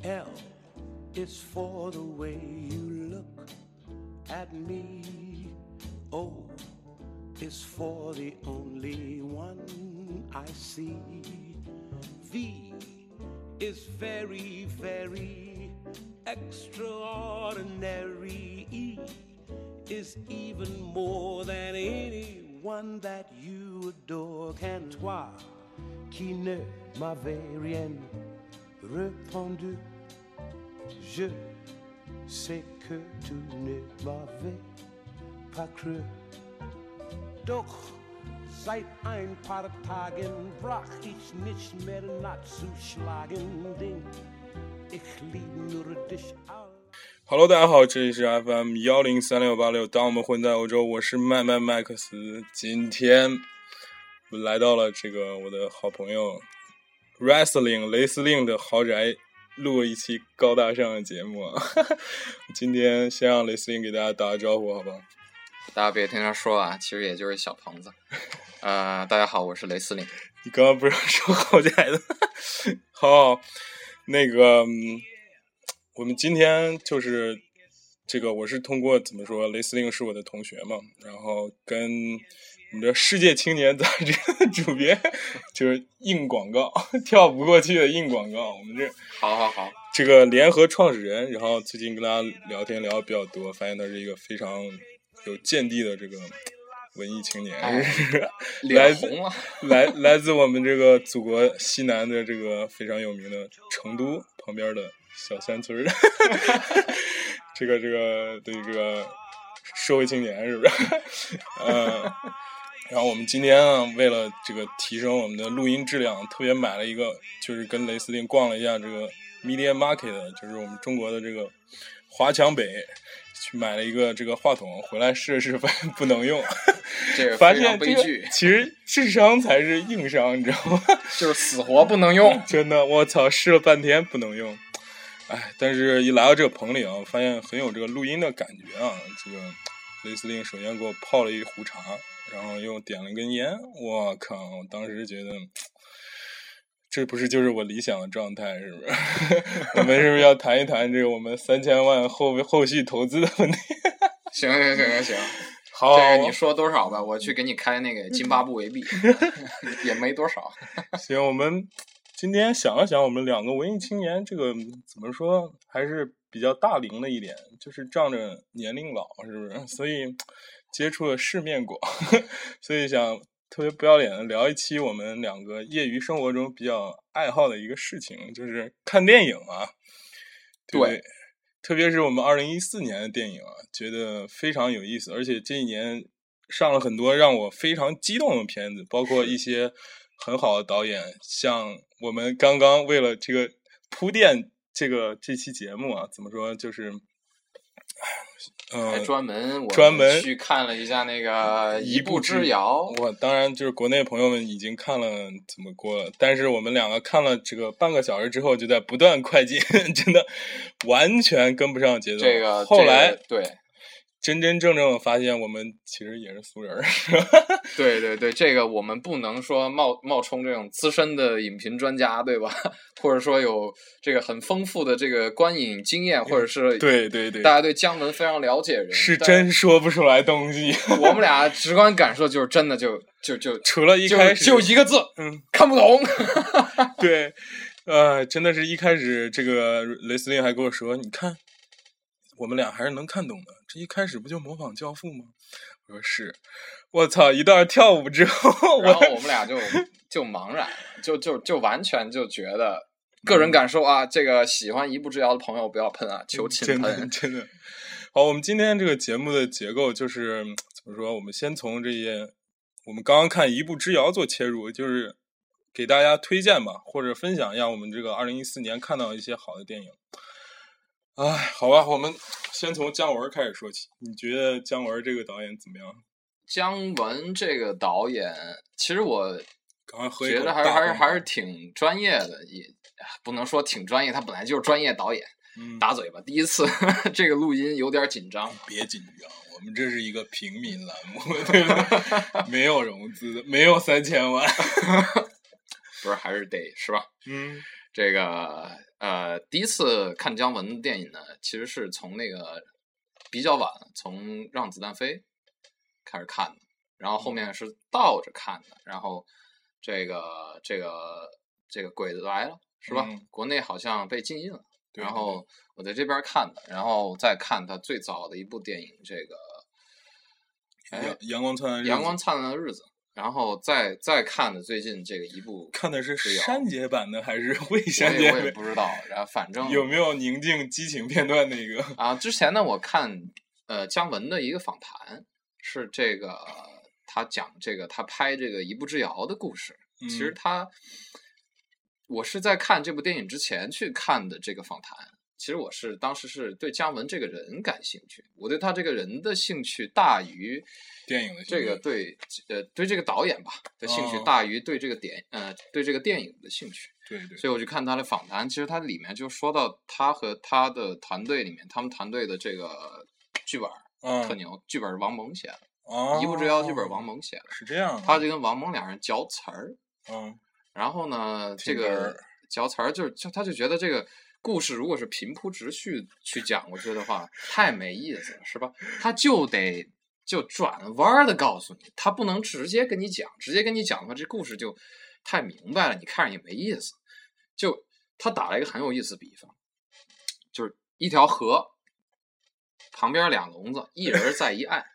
L is for the way you look at me. O is for the only one I see. V is very, very extraordinary. E is even more than anyone that you adore. Can toi qui ne m'avait rien répondu, je sais que tu ne m'avais pas cru. Doch seit ein paar Tagen brach ich nicht mehr nachzuschlagen, denn ich lieb nur dich aus。 Hello， 大家好，这里是 FM 103686。当我们混在欧洲，我是麦克斯。今天我来到了这个我的好朋友 Wrestling 雷司令的豪宅，录一期高大上的节目啊。今天先让雷司令给大家打个招呼，好吧？ 大家别听他说啊，其实也就是小棚子。大家好，我是雷司令。 你刚刚不是说豪宅的？好，那个。我们今天就是这个，我是通过怎么说，雷司令是我的同学嘛，然后跟我们的世界青年杂志主编就是硬广告，跳不过去的硬广告，我们这好这个联合创始人，然后最近跟他聊天聊得比较多，发现他是一个非常有见地的这个文艺青年，来自我们这个祖国西南的这个非常有名的成都旁边的小山村的这个对这个社会青年是不是？然后我们今天啊，为了这个提升我们的录音质量，特别买了一个，就是跟雷司令逛了一下这个 Media Market， 就是我们中国的这个华强北，去买了一个这个话筒，回来试试不能用， 这个发现悲剧。 其实智商才是硬伤，你知道吗？ 就是死活不能用， 真的，我操，试了半天不能用。哎，但是一来到这个棚里啊，我发现很有这个录音的感觉啊。这个雷司令首先给我泡了一壶茶，然后又点了一根烟，我靠！我当时觉得，这不是就是我理想的状态，是不是？我们是不是要谈一谈这个我们3000万后续投资的问题？ 行， 好， 这个你说多少吧，我去给你开那个津巴布韦币，也没多少。 行，我们今天想了想，我们两个文艺青年，这个怎么说，还是比较大龄的一点，就是仗着年龄老，是不是？所以接触的世面广，所以想特别不要脸的聊一期我们两个业余生活中比较爱好的一个事情，就是看电影啊。对，特别是我们2014年的电影啊，觉得非常有意思，而且这一年上了很多让我非常激动的片子，包括一些很好的导演，像我们刚刚为了这个铺垫这期节目啊，怎么说就是专门去看了一下那个一步之遥。 我当然就是国内朋友们已经看了怎么过了，但是我们两个看了这个半个小时之后就在不断快进，真的完全跟不上节奏。 这个后来对真正的发现我们其实也是俗人。 对，这个我们不能说冒充这种资深的影评专家，对吧？或者说有这个很丰富的这个观影经验，或者是对大家对姜文非常了解的人， 是真说不出来东西。 我们俩直观感受就是真的就除了一开始就一个字，看不懂。 对，真的是一开始这个雷司令还跟我说，你看我们俩还是能看懂的，这一开始不就模仿教父吗？我说是，我操！一段跳舞之后， 然后我们俩就茫然，就完全就觉得个人感受啊，这个喜欢一步之遥的朋友不要喷啊，求勤喷， 真的。好，我们今天这个节目的结构就是怎么说？我们先从这些我们刚刚看一步之遥做切入，就是给大家推荐吧，或者分享一下我们这个2014年看到一些好的电影。哎，好吧，我们先从姜文开始说起。你觉得姜文这个导演怎么样？ 姜文这个导演，其实我觉得还是挺专业的，也不能说挺专业，他本来就是专业导演。打嘴巴，第一次这个录音有点紧张。 别紧张，我们这是一个平民栏目，对吧？没有融资，没有3000万， 不是还是得是吧？ 这个第一次看姜文的电影呢，其实是从那个比较晚，从《让子弹飞》开始看的，然后后面是倒着看的，然后这个鬼子来了是吧？国内好像被禁映了， 对， 然后我在这边看的，然后再看他最早的一部电影，这个阳光灿烂的日子。然后再看的最近这个一部， 看的是删节版的还是未删节版？ 我也不知道。然后反正有没有宁静激情片段那个啊？之前呢，我看姜文的一个访谈，是这个他讲这个他拍这个一步之遥的故事。其实我是在看这部电影之前去看的这个访谈。其实我是当时是对姜文这个人感兴趣，我对他这个人的兴趣大于电影的这个对这个导演吧的兴趣大于对这个对这个电影的兴趣。 对， 所以我去看他的访谈，其实他里面就说到他和他的团队里面，他们团队的这个剧本特牛，剧本王蒙写的，一步之遥剧本王蒙写的， 是这样， 他就跟王蒙两人嚼词儿，然后呢，这个嚼词儿他就觉得这个故事如果是平铺直叙去讲过去的话，太没意思了，是吧？他就转弯的告诉你，他不能直接跟你讲，直接跟你讲的话，这故事就太明白了，你看着也没意思。就他打了一个很有意思的比方，就是一条河旁边两笼子，一人在一岸，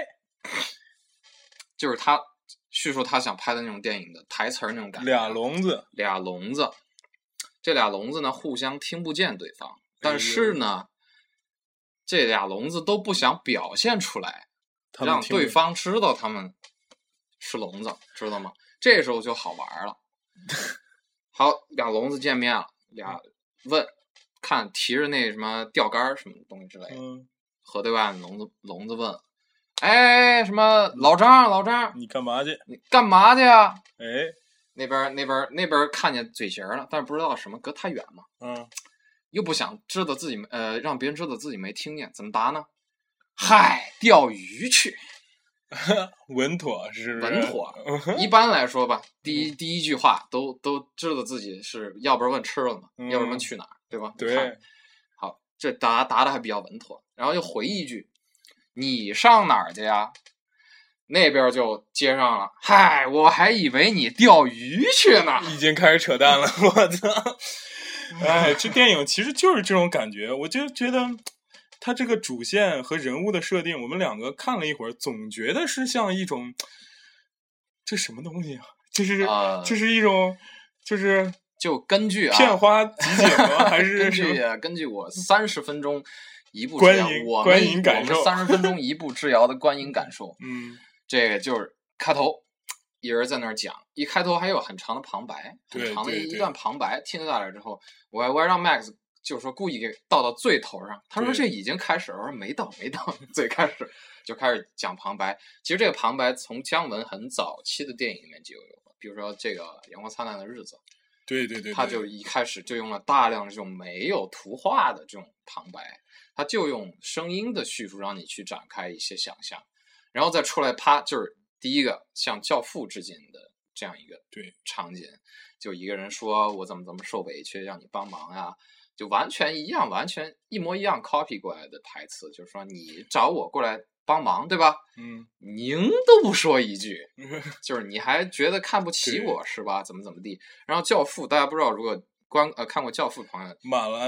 就是他叙述他想拍的那种电影的台词那种感觉。俩笼子，这俩笼子呢互相听不见对方，但是呢，这俩笼子都不想表现出来，让对方知道他们是笼子，知道吗？这时候就好玩了。好，俩笼子见面了，俩问，看提着那什么钓竿什么东西之类的，河对岸笼子问，哎，什么老张， 你干嘛去？ 你干嘛去啊？那边看见嘴型了，但是不知道什么，隔太远嘛。又不想知道自己让别人知道自己没听见，怎么答呢？嗨，钓鱼去。 稳妥是不是？ 稳妥。一般来说吧，第一句话都知道自己是，要不然问吃了嘛，要不然问去哪儿，对吧？ 对。 好，这答的还比较稳妥，然后就回一句：“你上哪儿去呀？”那边就接上了，嗨，我还以为你钓鱼去呢， 已经开始扯淡了，我操！哎，这电影其实就是这种感觉，我就觉得它这个主线和人物的设定，我们两个看了一会儿，总觉得是像一种，这什么东西啊？就是一种， 就根据片花集锦吗？还是根据我30分钟一部观影感受，30分钟一部之遥的观影感受。这个就是开头，一人在那儿讲，一开头还有很长的旁白，很长的一段旁白，听下来之后，我还让 Max 就是说故意给倒到最头上，他说这已经开始了，我说没到，最开始就开始讲旁白。其实这个旁白从姜文很早期的电影里面就有，比如说这个《阳光灿烂的日子》， 对， 他就一开始就用了大量的这种没有图画的这种旁白，他就用声音的叙述让你去展开一些想象。然后再出来啪，就是第一个向教父致敬的这样一个场景，就一个人说我怎么受委屈让你帮忙呀，就完全一样，完全一模一样 copy 过来的台词，就是说你找我过来帮忙对吧？您都不说一句，就是你还觉得看不起我是吧？怎么地？然后教父大家不知道，如果看过教父的朋友， 马龙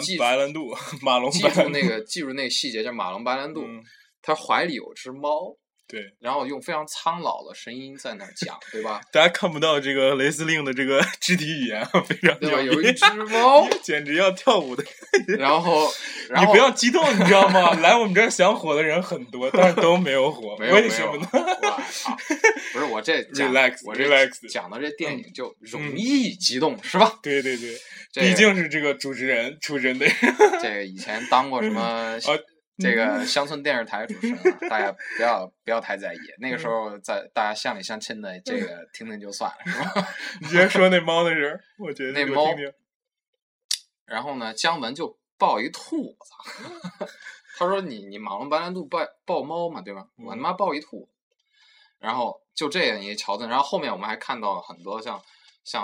记住那个细节，叫马龙白兰度，他怀里有只猫。 对， 然后用非常苍老的声音在那儿讲，对吧？ 大家看不到这个雷司令的这个肢体语言，非常对吧？有一只猫， 简直要跳舞的。 然后你不要激动，你知道吗？来我们这儿想火的人很多，但是都没有火，为什么呢？ 不是我这 relax 讲的这电影就容易激动，是吧？ 对，毕竟是这个主持人出身的。 这个以前当过什么？这个乡村电视台主持人，大家不要太在意。那个时候在大家乡里乡亲的，这个听听就算了，是吧？ 你先说那猫的事，我觉得那猫。然后呢，姜文就抱一兔子，他说你马龙白兰度抱猫嘛，对吧？我他妈抱一兔子。然后就这样一个桥段，然后后面我们还看到了很多像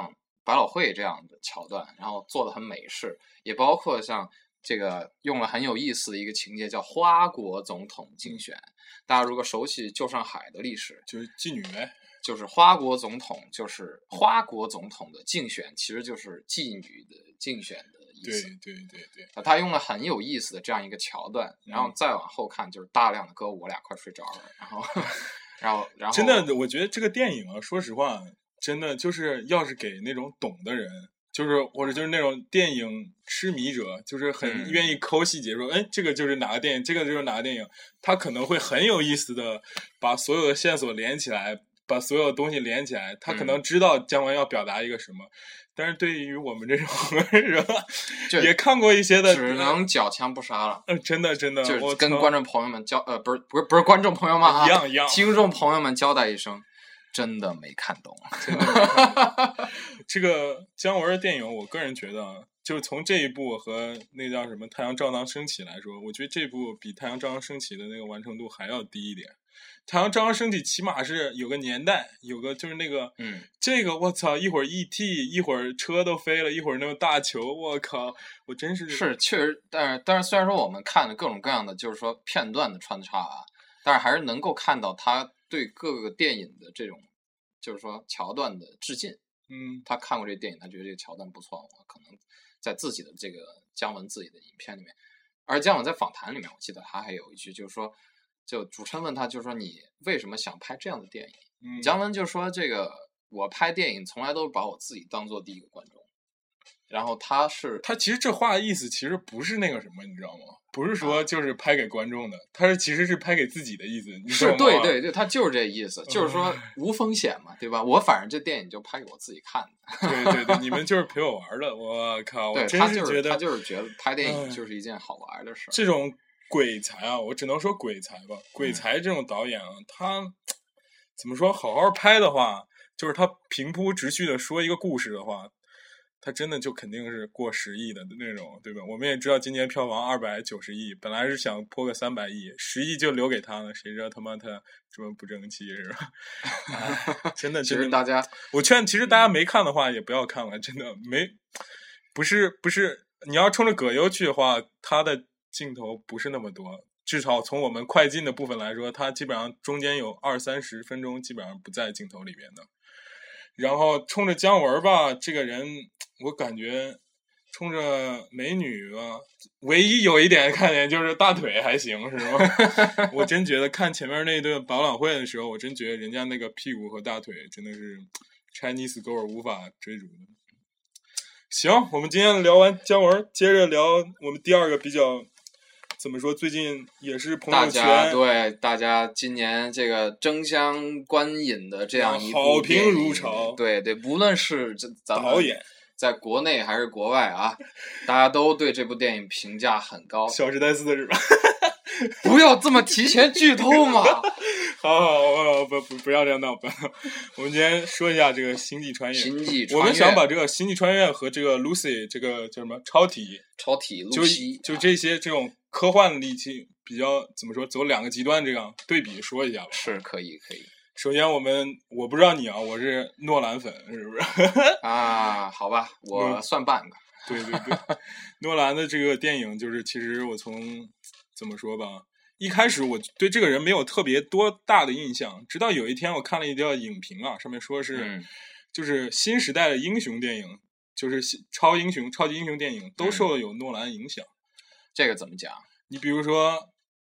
百老汇这样的桥段，然后做的很美式，也包括像这个用了很有意思的一个情节叫花国总统竞选。大家如果熟悉旧上海的历史， 就是妓女呗， 就是花国总统，就是花国总统的竞选，其实就是妓女的竞选的意思。 对。 他用了很有意思的这样一个桥段，然后再往后看就是大量的歌舞，我俩快睡着了，然后真的，我觉得这个电影啊，说实话，真的就是要是给那种懂的人。就是或者就是那种电影痴迷者，就是很愿意抠细节说，哎，这个就是哪个电影，这个就是哪个电影，他可能会很有意思的把所有的线索连起来，把所有东西连起来，他可能知道姜文要表达一个什么。但是对于我们这种人，也看过一些的， 只能缴枪不杀了。 真的， 就是跟观众朋友们不是观众朋友们啊， 一样， 听众朋友们交代一声。真的没看懂， 真的没看懂。这个姜文的电影，我个人觉得，就是从这一部和那叫什么《太阳照常升起》来说，我觉得这部比《太阳照常升起》的那个完成度还要低一点。《太阳照常升起》起码是有个年代，有个就是那个，这个我操，一会儿 ET， 一会儿车都飞了，一会儿那种大球，我靠，我真是确实，但是虽然说我们看了各种各样的，就是说片段的穿插啊，但是还是能够看到他对各个电影的这种，就是说桥段的致敬。他看过这个电影，他觉得这个桥段不错，我可能在自己的这个姜文自己的影片里面，而姜文在访谈里面，我记得他还有一句，就是说，就主持人问他，就是说你为什么想拍这样的电影？姜文就说这个我拍电影从来都是把我自己当做第一个观众。然后他其实这话的意思其实不是那个什么，你知道吗？不是说就是拍给观众的，他其实是拍给自己的意思。你知道吗？ 是对，他就是这意思，就是说无风险嘛，对吧？我反正这电影就拍给我自己看的。对，你们就是陪我玩的。我靠，我真是觉得他就是觉得拍电影就是一件好玩的事。 这种鬼才啊，我只能说鬼才吧。鬼才这种导演啊，他怎么说？好好拍的话，就是他平铺直叙的说一个故事的话。他真的就肯定是过10亿的那种，对吧？我们也知道今年票房290亿，本来是想破个300亿，10亿就留给他了，谁知道他妈他这么不争气是吧？真的， 其实大家， 我劝，其实大家没看的话也不要看了，真的不是，你要冲着葛优去的话，他的镜头不是那么多，至少从我们快进的部分来说，他基本上中间有20-30分钟基本上不在镜头里边的。然后冲着姜文吧，这个人我感觉冲着美女吧，唯一有一点看点就是大腿还行，是吗？我真觉得看前面那顿百老汇的时候，我真觉得人家那个屁股和大腿真的是 Chinese girl 无法追逐的。行，我们今天聊完姜文，接着聊我们第二个比较。怎么说？最近也是朋友圈大家今年这个争相观影的这样一部好评如潮。 对，无论是咱们导演在国内还是国外啊，大家都对这部电影评价很高。 小时代4是吧？ 不要这么提前剧透嘛！ 好，不要这样闹。我们今天说一下这个星际穿越。我们想把这个星际穿越和这个 Lucy 这个叫什么超体露西， 就这些这种科幻力气比较怎么说，走2个极端这样对比说一下吧。 是可以。 首先我不知道你啊，我是诺兰粉，是不是？ 啊，好吧，我算半个。 对，诺兰的这个电影就是其实我从怎么说吧，一开始我对这个人没有特别多大的印象，直到有一天我看了一条影评啊，上面说是就是新时代的英雄电影，就是超级英雄电影都受了有诺兰影响。 这个怎么讲？ 你比如说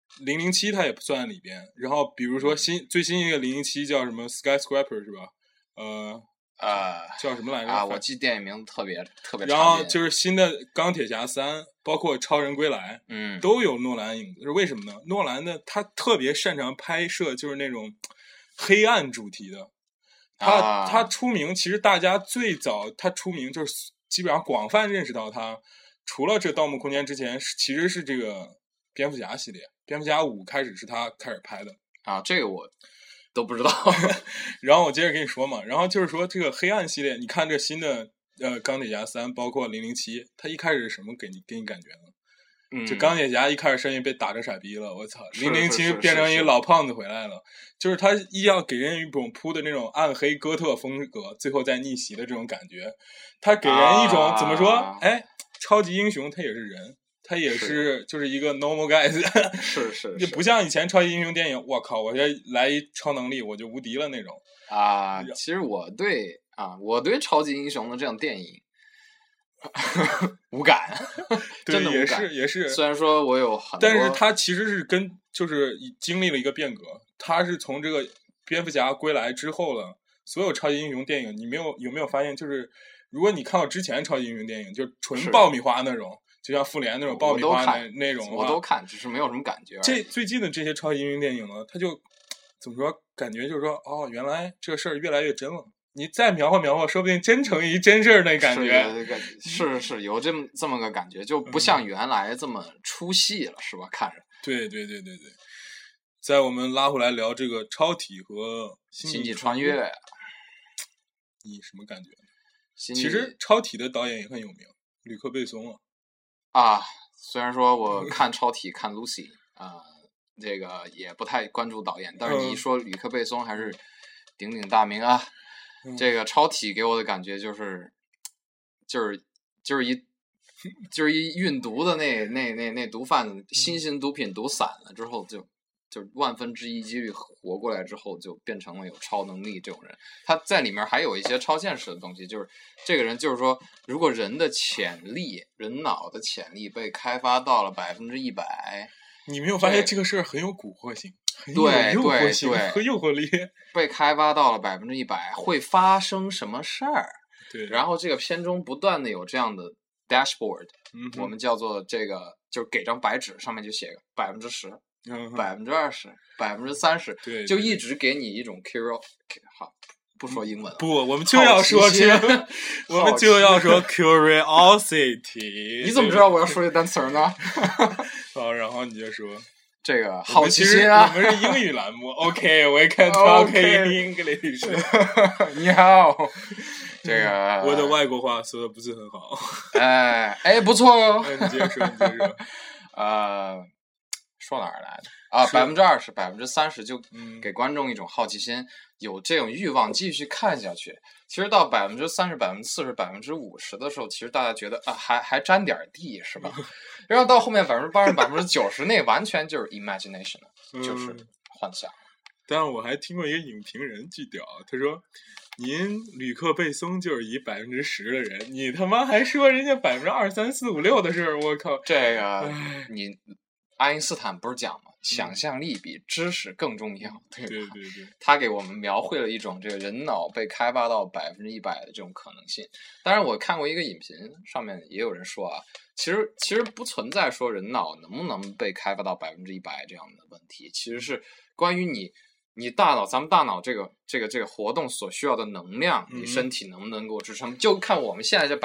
007它也不算里边，然后比如说最新一个007叫什么 Skyscraper 是吧？叫什么来着？ 我记电影名字特别然后就是新的钢铁侠3，包括超人归来，都有诺兰影子。是为什么呢？诺兰呢，他特别擅长拍摄就是那种黑暗主题的。他出名，其实大家最早他出名就是基本上广泛认识到他，除了这《盗梦空间》之前，其实是这个蝙蝠侠系列，蝙蝠侠5开始是他开始拍的啊，这个我都不知道。 然后我接着跟你说嘛，然后就是说这个黑暗系列，你看这新的钢铁侠3，包括007，它一开始是什么给你感觉呢？ 就钢铁侠一开始声音被打成傻逼了，我操！007变成一个老胖子回来了，就是他一样给人一种铺的那种暗黑哥特风格，最后再逆袭的这种感觉。他给人一种怎么说？哎，超级英雄他也是人，他也是就是一个 normal guys， 是， 就不像以前超级英雄电影，我靠，我这来一超能力我就无敌了那种啊。其实我对超级英雄的这样电影。无感，真的无感， 也是。 虽然说我有很多， 但是他其实是就是经历了一个变革。他是从这个蝙蝠侠归来之后了，所有超级英雄电影，你有没有发现，就是如果你看到之前超级英雄电影，就纯爆米花那种，就像复联那种爆米花那种， 我都看，只是没有什么感觉。 这最近的这些超级英雄电影呢，他就怎么说？感觉就是说，哦，原来这个事儿越来越真了。你再描画，说不定真成一真事儿那感觉。 是有这么个感觉，就不像原来这么出戏了，是吧？看着。 对。在我们拉回来聊这个超体和星际穿越， 你什么感觉？其实超体的导演也很有名，吕克·贝松啊。虽然说我看超体看 Lucy 这个也不太关注导演，但是你一说吕克·贝松还是鼎鼎大名啊。这个超体给我的感觉就是一运毒的那毒贩子，新型毒品毒散了之后，就1/1000几率活过来之后，就变成了有超能力这种人。他在里面还有一些超现实的东西，就是这个人就是说，如果人的潜力，人脑的潜力被开发到了100%， 你没有发现这个事儿很有蛊惑性？ 对和诱惑力被开发到了100%，会发生什么事儿？ 对， 然后这个片中不断的有这样的 dashboard，我们叫做这个，就是给张白纸，上面就写个10%、20%、30%， 对， 就一直给你一种 好，不说英文了， 不，我们就要说我们就要说 curiosity。 你怎么知道我要说这单词呢？ 好，然后你就说。 这个好奇心啊！ 我们是英语栏目，OK，we can talk English。 你好，这个我的外国话说的不是很好。 哎，不错哦。 你接着说。 说哪儿来的啊？20%、30%就给观众一种好奇心，有这种欲望继续看下去。其实到30%、40%、50%的时候，其实大家觉得还沾点地是吧？然后到后面80%、90%，那完全就是 imagination 了，就是幻想。 但是我还听过一个影评人巨屌，他说：“您吕克·贝松就是以10%的人，你他妈还说人家2%、3%、4%、5%、6%的事儿，我靠！” 这个你爱因斯坦不是讲吗？想象力比知识更重要，对。他给我们描绘了一种这个人脑被开发到100%的这种可能性。当然，我看过一个影评，上面也有人说啊，其实不存在说人脑能不能被开发到100%这样的问题，其实是关于你大脑，咱们大脑这个活动所需要的能量，你身体能不能够支撑？就看我们现在这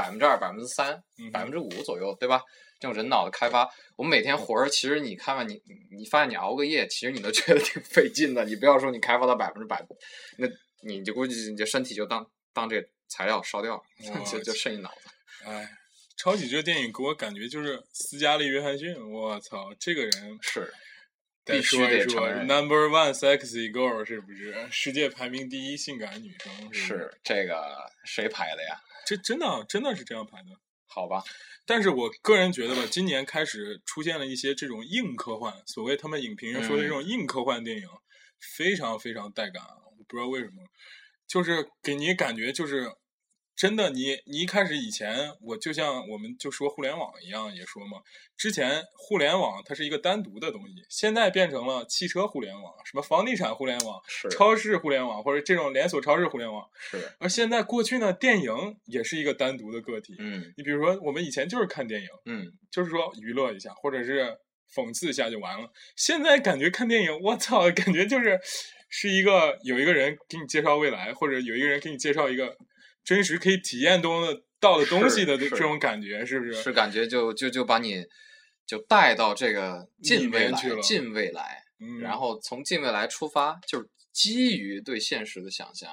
2%、3%、5%左右，对吧？这种人脑的开发，我们每天活着，其实你看看你发现你熬个夜，其实你都觉得挺费劲的。你不要说你开发到100%，那你就估计你的身体就当这个材料烧掉，就剩一脑子。 哎，超体这个电影给我感觉就是斯嘉丽·约翰逊，我操，这个人是必须得承认 ，No.1 sexy girl 是不是？世界排名第1性感女生是这个谁排的呀？ 这真的是这样排的。 好吧， 但是我个人觉得吧，今年开始出现了一些这种硬科幻，所谓他们影评人说的这种硬科幻电影，非常非常带感，我不知道为什么，就是给你感觉就是真的你一开始以前，我就像我们就说互联网一样也说嘛，之前互联网它是一个单独的东西，现在变成了汽车互联网，什么房地产互联网，超市互联网，或者这种连锁超市互联网。 是。 而现在过去呢，电影也是一个单独的个体。你比如说我们以前就是看电影，就是说娱乐一下，或者是讽刺一下就完了。现在感觉看电影，我操，感觉是有一个人给你介绍未来，或者有一个人给你介绍一个真实可以体验到的东西的这种感觉，是不是？ 是感觉就把你就带到这个近未来，然后从近未来出发，就是基于对现实的想象，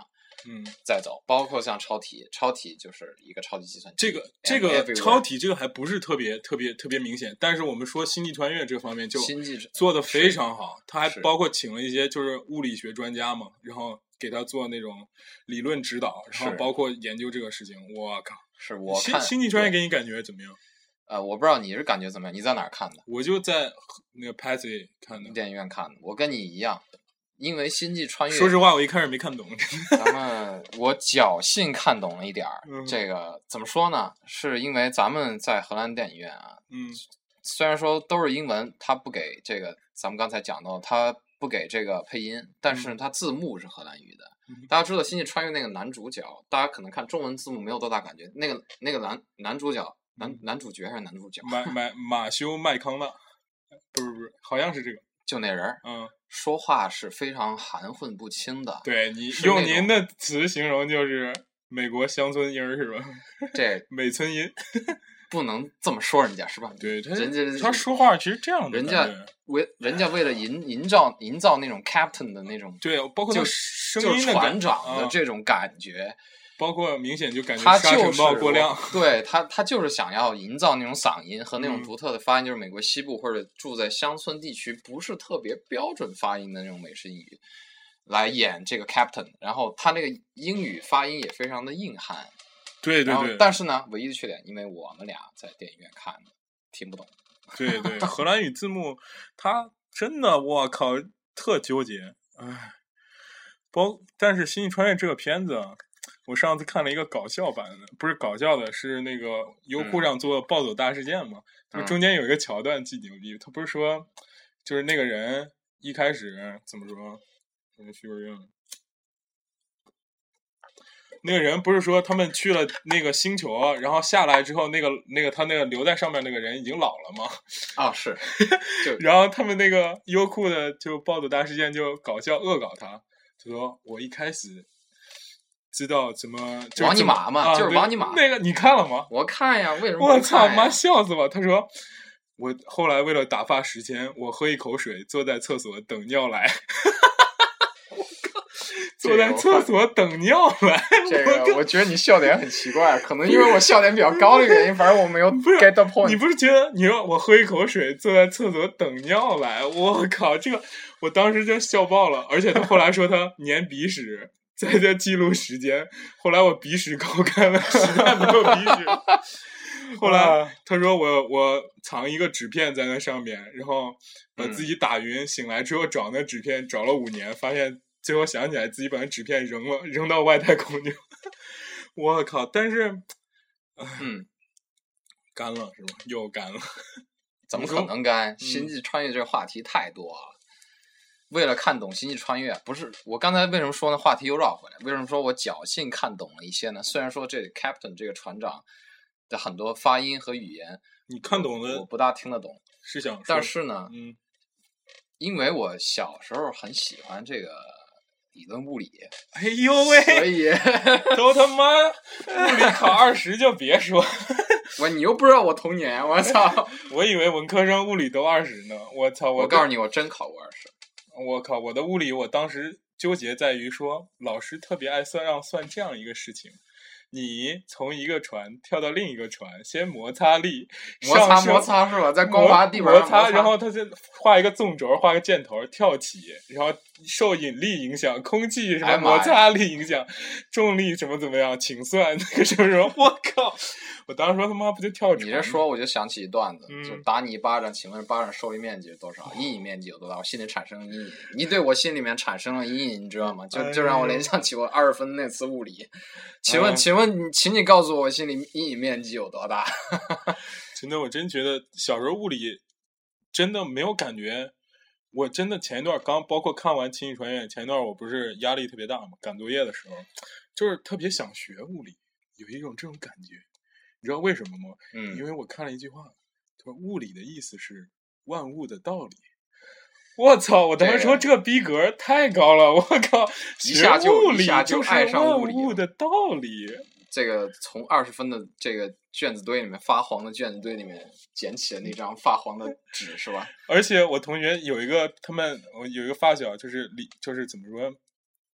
再走，包括像超体就是一个超级计算机。 这个超体这个还不是特别明显，但是我们说星际穿越这方面就做的非常好，他还包括请了一些就是物理学专家嘛，然后给他做那种理论指导，然后包括研究这个事情。我靠， 是我看星际穿越给你感觉怎么样？ 我不知道你是感觉怎么样？你在哪儿看的？ 我就在那个 Patsy 看的， 电影院看的。我跟你一样，因为星际穿越， 说实话，我一开始没看懂。 我侥幸看懂了一点儿。这个怎么说呢？是因为咱们在荷兰电影院啊，虽然说都是英文，他不给这个，咱们刚才讲到，他不给这个配音，但是他字幕是荷兰语的。大家知道星际穿越那个男主角，大家可能看中文字幕没有多大感觉，那个男主角。男主角还是男主角？ 马修麦康纳，不是，好像是这个， 就那人，说话是非常含混不清的。 对，你用您的词形容就是美国乡村音儿是吧？ 这美村音， 不能这么说人家是吧？ 对， 人家他说话其实这样的， 人家为了营造那种 captain 的那种， 对，包括声音就是船长的这种感觉。 包括明显就感觉沙尘暴过量， 对他就是想要营造那种嗓音和那种独特的发音，就是美国西部或者住在乡村地区不是特别标准发音的那种美式英语来演这个 Captain， 然后他那个英语发音也非常的硬汉。 对， 但是呢，唯一的缺点，因为我们俩在电影院看的，听不懂。 对，荷兰语字幕，他真的我靠特纠结，唉。但是《星际穿越》这个片子啊。我上次看了一个搞笑版的，不是搞笑的，是那个优酷上做暴走大事件嘛。中间有一个桥段巨牛逼，他不是说，就是那个人一开始怎么说？那个人不是说他们去了那个星球，然后下来之后，那个他那个留在上面那个人已经老了吗？ 啊，是。 然后他们那个优酷的就暴走大事件就搞笑恶搞他，就说我一开始。知道怎么王尼玛嘛，就是王尼玛。 那个你看了吗？ 我看呀，为什么不看呀？ 我操妈，笑死我！他说我后来为了打发时间，我喝一口水，坐在厕所等尿来。我靠，坐在厕所等尿来。 这个我觉得你笑点很奇怪，可能因为我笑点比较高的原因，反正我没有 get the point。 你不是觉得你说我喝一口水，坐在厕所等尿来？我靠，这个我当时就笑爆了。而且他后来说他粘鼻屎。在这记录时间，后来我鼻屎高干了，实在没有鼻屎。后来他说我藏一个纸片在那上面，然后把自己打晕，醒来之后找那纸片，找了5年，发现最后想起来自己把那纸片扔到外太空去。我靠！但是，干了是吧？又干了。 怎么可能干？星际穿越这个话题太多了。为了看懂星际穿越，不是我刚才为什么说呢？话题又绕回来，为什么说我侥幸看懂了一些呢？虽然说这 Captain 这个船长的很多发音和语言， 你看懂了， 我不大听得懂， 是想说， 但是呢，因为我小时候很喜欢这个理论物理， 哎呦喂， 所以都他妈物理考20就别说， 你又不知道我童年，我操！ 我以为文科生物理都20呢，我操！ 我告诉你，我真考过20。 我靠！我的物理，我当时纠结在于说，老师特别爱算这样一个事情：你从一个船跳到另一个船，先摩擦力， 摩擦是吧？在光滑地板上摩擦，然后他就画一个纵轴，画个箭头跳起，然后受引力影响，空气什么摩擦力影响，重力怎么样，请算那个什么？我靠！我当时说他妈不就跳船？ 你这说我就想起一段子，就打你一巴掌，请问巴掌受力面积是多少？阴影面积有多大？我心里产生了阴影，你对我心里面产生了阴影，你知道吗？就让我联想起我20分那次物理。请问请你告诉我心里阴影面积有多大？ 真的，我真觉得小时候物理真的没有感觉。我真的前一段包括看完《星际穿越》，前一段我不是压力特别大嘛，赶作业的时候，就是特别想学物理，有一种这种感觉。你知道为什么吗？因为我看了一句话，他说物理的意思是万物的道理。我操！我当时说这个逼格太高了，我靠！ 一下就爱上物理，万物的道理。 这个从20分的这个卷子堆里面，发黄的卷子堆里面捡起了那张发黄的纸，是吧？ 而且我同学有一个，我有一个发小，就是怎么说，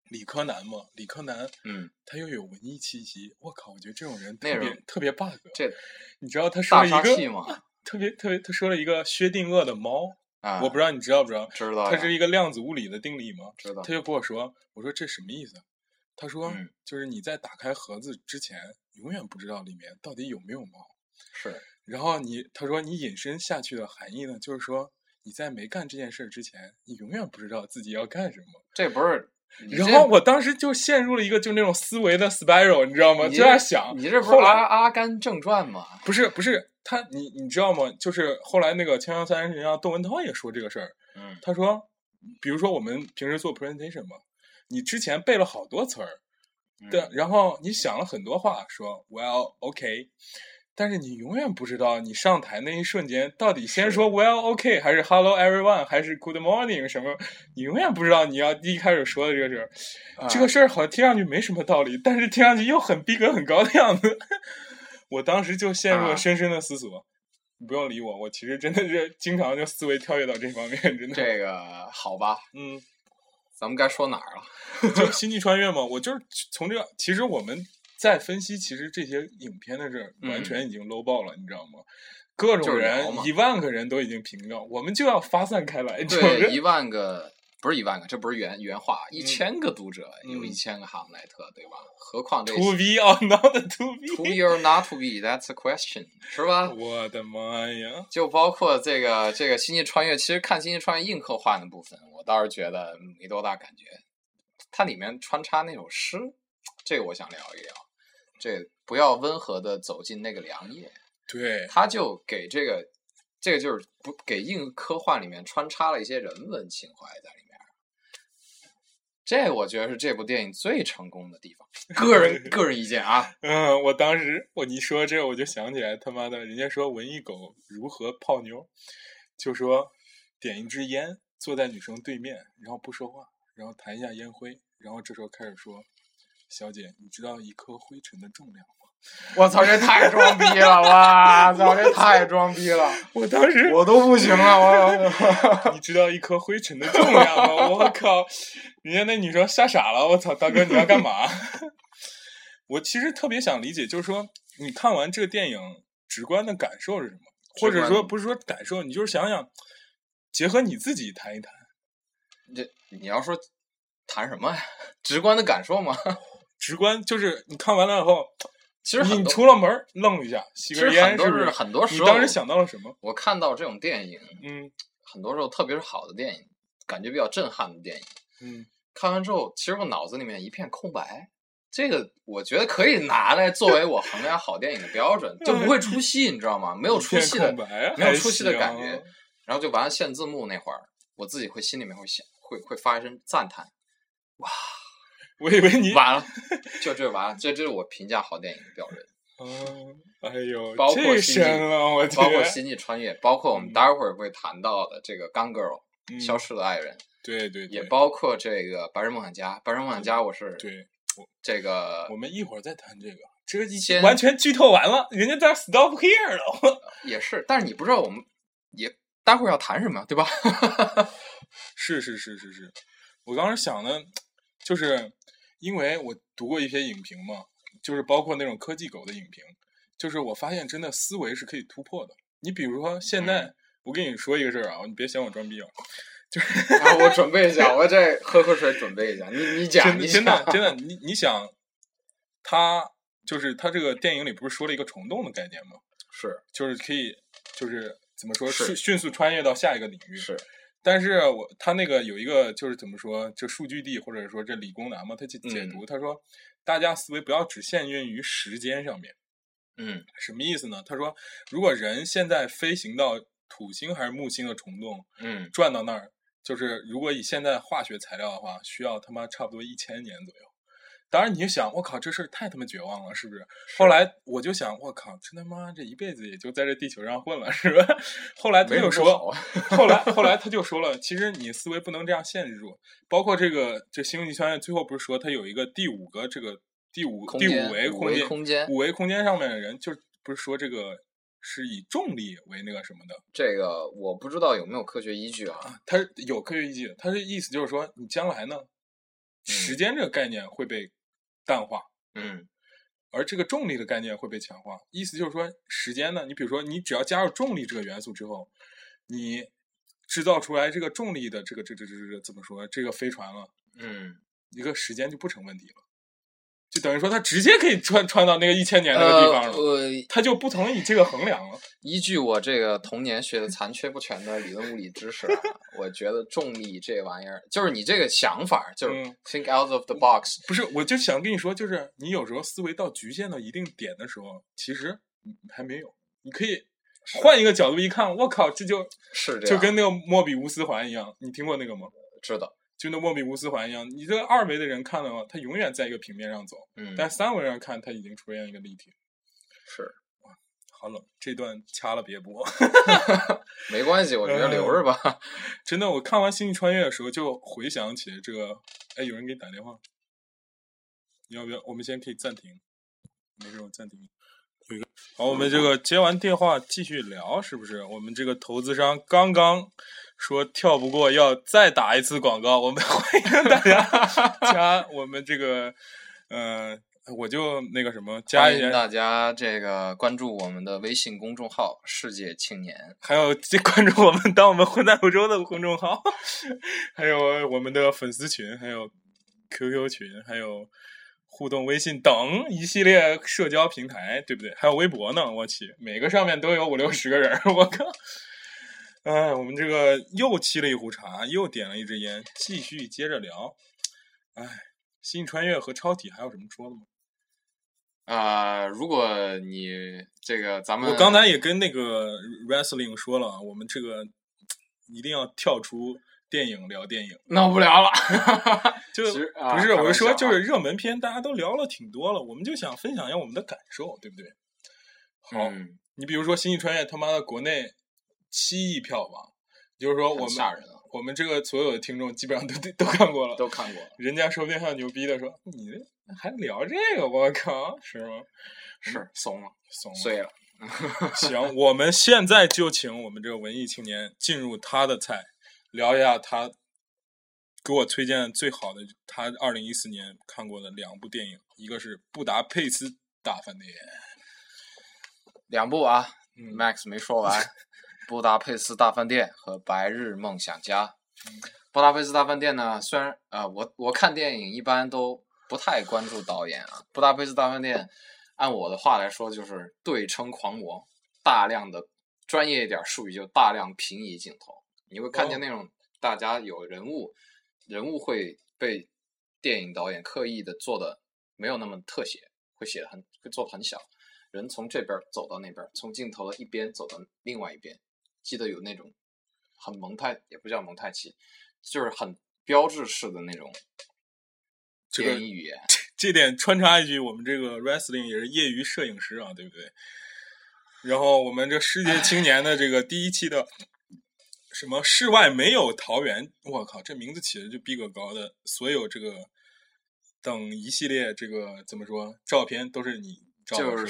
理科男嘛，理科男， 嗯， 他又有文艺气息，我靠，我觉得这种人那特别 bug。 这你知道他说了一大杀器个吗？ 特别，他说了一个薛定谔的猫， 啊， 我不知道你知道不知道？ 知道， 它是一个量子物理的定理吗？ 知道。 他就跟我说，我说这什么意思？他说， 就是你在打开盒子之前，永远不知道里面到底有没有猫。 是。 然后他说你引申下去的含义呢，就是说你在没干这件事之前，你永远不知道自己要干什么。 这不是。 然后我当时就陷入了一个就那种思维的 spiral， 你知道吗？就在想， 你这不是阿甘正传吗？ 不是，他你知道吗？就是后来那个锵锵三人行上窦文涛也说这个事儿。他说，比如说我们平时做 presentation 嘛，你之前背了好多词儿，对，然后你想了很多话，说 well OK。但是你永远不知道你上台那一瞬间到底先说 well OK 还是 hello everyone 还是 good morning 什么，你永远不知道你要一开始说的这个事儿。这个事儿好像听上去没什么道理，但是听上去又很逼格很高的样子。我当时就陷入了深深的思索。你不用理我，我其实真的是经常就思维跳跃到这方面，真的。 这个好吧，咱们该说哪儿了？ 就星际穿越嘛，我就是从这个，其实我们在分析，其实这些影片的这完全已经 low 爆了，你知道吗？各种人10000个人都已经评了，我们就要发散开来。 对，10000个不是10000个，这不是原话，1000个读者有1000个哈姆莱特，对吧？何况这 to be or not to be，to be or not to be，that's a question， 是吧？ 我的妈呀！ 就包括这个星际穿越，其实看星际穿越硬科幻的部分，我倒是觉得没多大感觉。它里面穿插那首诗，这个我想聊一聊。这不要温和的走进那个凉夜， 对， 他就给这个就是不给硬科幻里面穿插了一些人文情怀在里面，这我觉得是这部电影最成功的地方。个人意见啊， 我当时你说这我就想起来他妈的，人家说文艺狗如何泡妞，就说点一支烟，坐在女生对面，然后不说话，然后弹一下烟灰，然后这时候开始说。小姐，你知道一颗灰尘的重量吗？ 我操，这太装逼了！哇操，这太装逼了！ 我当时我都不行了， 你知道一颗灰尘的重量吗？我靠，人家那女生吓傻了！我操，大哥你要干嘛？我其实特别想理解，就是说你看完这个电影直观的感受是什么？或者说不是说感受，你就是想想，结合你自己谈一谈。 你要说谈什么呀？直观的感受吗？ 直观就是你看完了以后， 其实你出了门愣一下，吸根烟，是不是？ 很多时候， 你当时想到了什么？ 我看到这种电影，很多时候，特别是好的电影，感觉比较震撼的电影，看完之后，其实我脑子里面一片空白。这个我觉得可以拿来作为我衡量好电影的标准，就不会出戏，你知道吗？没有出戏的，没有出戏的感觉。然后就完了限字幕那会儿，我自己会心里面会想，会发一声赞叹，哇！ 我以为你完了，就这完了，这是我评价好电影的标准。 哎呦， 包括包括星际穿越，包括我们待会儿会谈到的这个《Gone Girl》消失的爱人， 对， 也包括这个《白日梦想家》。白日梦想家，我是对这个， 我们一会儿再谈这个，这个完全剧透完了，人家在 stop here 了。 也是，但是你不知道我们也待会儿要谈什么，对吧？ 是，我当时想的，就是因为我读过一些影评嘛，就是包括那种科技狗的影评，就是我发现真的思维是可以突破的。你比如说现在，我跟你说一个事儿啊，你别嫌我装逼啊，就是我准备一下，我这喝口水准备一下。你讲， 真的，你想，他这个电影里不是说了一个虫洞的概念吗？ 是， 就是可以，就是怎么说，迅速穿越到下一个领域。 是。 但是他那个有一个就是怎么说，这数据帝或者说这理工男嘛，他去解读，他说大家思维不要只限于时间上面。什么意思呢？他说如果人现在飞行到土星还是木星的虫洞，转到那儿，就是如果以现在化学材料的话，需要他妈差不多1000年左右。当然你就想，我靠，这事儿太他妈绝望了，是不是？后来我就想，我靠，这他妈这一辈子也就在这地球上混了，是吧？后来他就说，后来他就说了，其实你思维不能这样限制住。包括这星际穿越最后不是说他有一个第五维空间上面的人，就不是说这个是以重力为那个什么的。 这个我不知道有没有科学依据啊？ 他有科学依据，他的意思就是说，你将来呢？ 时间这个概念会被淡化，而这个重力的概念会被强化。意思就是说，时间呢，你比如说，你只要加入重力这个元素之后，你制造出来这个重力的这个怎么说？这个飞船了，一个时间就不成问题了。就等于说，它直接可以穿到那个1000年那个地方了，它就不同意这个衡量了。 依据我这个童年学的残缺不全的理论物理知识我觉得重力这玩意儿，就是你这个想法，就是 think out of the box。 不是，我就想跟你说，就是你有时候思维到局限到一定点的时候，其实还没有，你可以换一个角度一看，我靠，这就是就跟那个莫比乌斯环一样，你听过那个吗？ 知道。 就那莫比乌斯环一样，你这个2维的人看的话，他永远在一个平面上走，但3维上看，他已经出现一个立体。 是， 好冷，这段掐了别播。 没关系，我觉得留着吧。 真的，我看完《星际穿越》的时候，就回想起这个，哎，有人给你打电话，你要不要？我们先可以暂停，没事，我暂停。有一个，好，我们这个接完电话继续聊，是不是？我们这个投资商刚刚说跳不过，要再打一次广告，我们欢迎大家加我们这个，我就那个什么加一下， 欢迎大家这个关注我们的微信公众号“世界青年”， 还有关注我们当我们混在欧洲的公众号，还有我们的粉丝群，还有 QQ 群，还有互动微信等一系列社交平台，对不对？还有微博呢，我去，每个上面都有50-60个人，我靠！哎，我们这个又沏了一壶茶，又点了一支烟，继续接着聊。哎，星际穿越和超体还有什么说的吗？ 如果你这个咱们， 我刚才也跟那个 wrestling 说了，我们这个一定要跳出电影聊电影。 那不聊了， 就不是，我是说，就是热门片大家都聊了挺多了，我们就想分享一下我们的感受，对不对？好，你比如说《星际穿越》，他妈的国内7亿票房，就是说我们这个所有的听众基本上都看过了， 都看过了。 人家说不定还牛逼的说，你还聊这个，我靠，是吗？ 是怂了，碎了。 行，我们现在就请我们这个文艺青年进入他的菜，聊一下他给我推荐最好的他2014年看过的2部电影，一个是《布达佩斯大饭店》 ，2部啊，Max 没说完。布达佩斯大饭店和白日梦想家。布达佩斯大饭店呢，虽然我看电影一般都不太关注导演啊。布达佩斯大饭店，按我的话来说就是对称狂魔，大量的专业一点术语就大量平移镜头，你会看见那种大家有人物会被电影导演刻意的做的没有那么特写，会做的很小，人从这边走到那边，从镜头的一边走到另外一边。记得有那种很蒙太，也不叫蒙太奇，就是很标志式的那种电影语言。 这点穿插一句，我们这个 wrestling 也是业余摄影师啊，对不对？然后我们这世界青年的这个第1期的什么室外没有桃源，我靠，这名字起的就逼格高的，所有这个等一系列这个怎么说照片都是你。 就是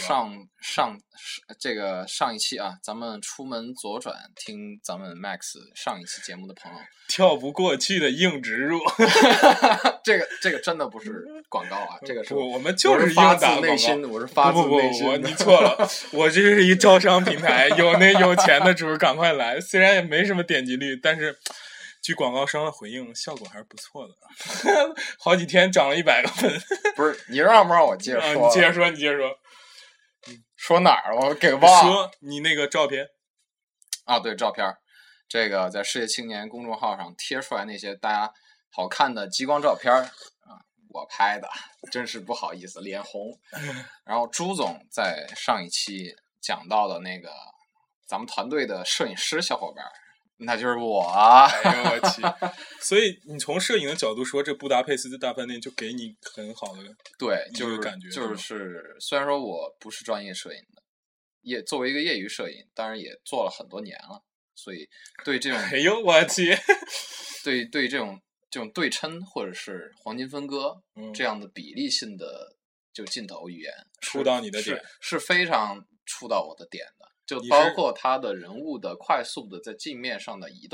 上一期啊，咱们出门左转听咱们 Max 上一期节目的朋友， 跳不过去的硬植入， 这个真的不是广告啊，这个是我们就是发自内心的，我是发自内心的。 你错了，我这是一招商平台，有钱的主赶快来，虽然也没什么点击率，但是据广告商的回应，效果还是不错的，好几天涨了100个分。 不是，你让不让我接着说？ 你接着说，你接着说。 说哪儿了？我给忘了。 说你那个照片啊，对，照片，这个在世界青年公众号上贴出来那些大家好看的激光照片啊，我拍的，真是不好意思，脸红。然后朱总在上一期讲到的那个咱们团队的摄影师小伙伴，那就是我啊！ 哎呦我去！所以你从摄影的角度说，这布达佩斯的大饭店就给你很好的对感觉， 就是虽然说我不是专业摄影的，也作为一个业余摄影，当然也做了很多年了，所以对这种哎呦我去， 对这种对称或者是黄金分割这样的比例性的就镜头语言触到你的点， 是非常触到我的点的。就包括他的人物的快速的在镜面上的移动，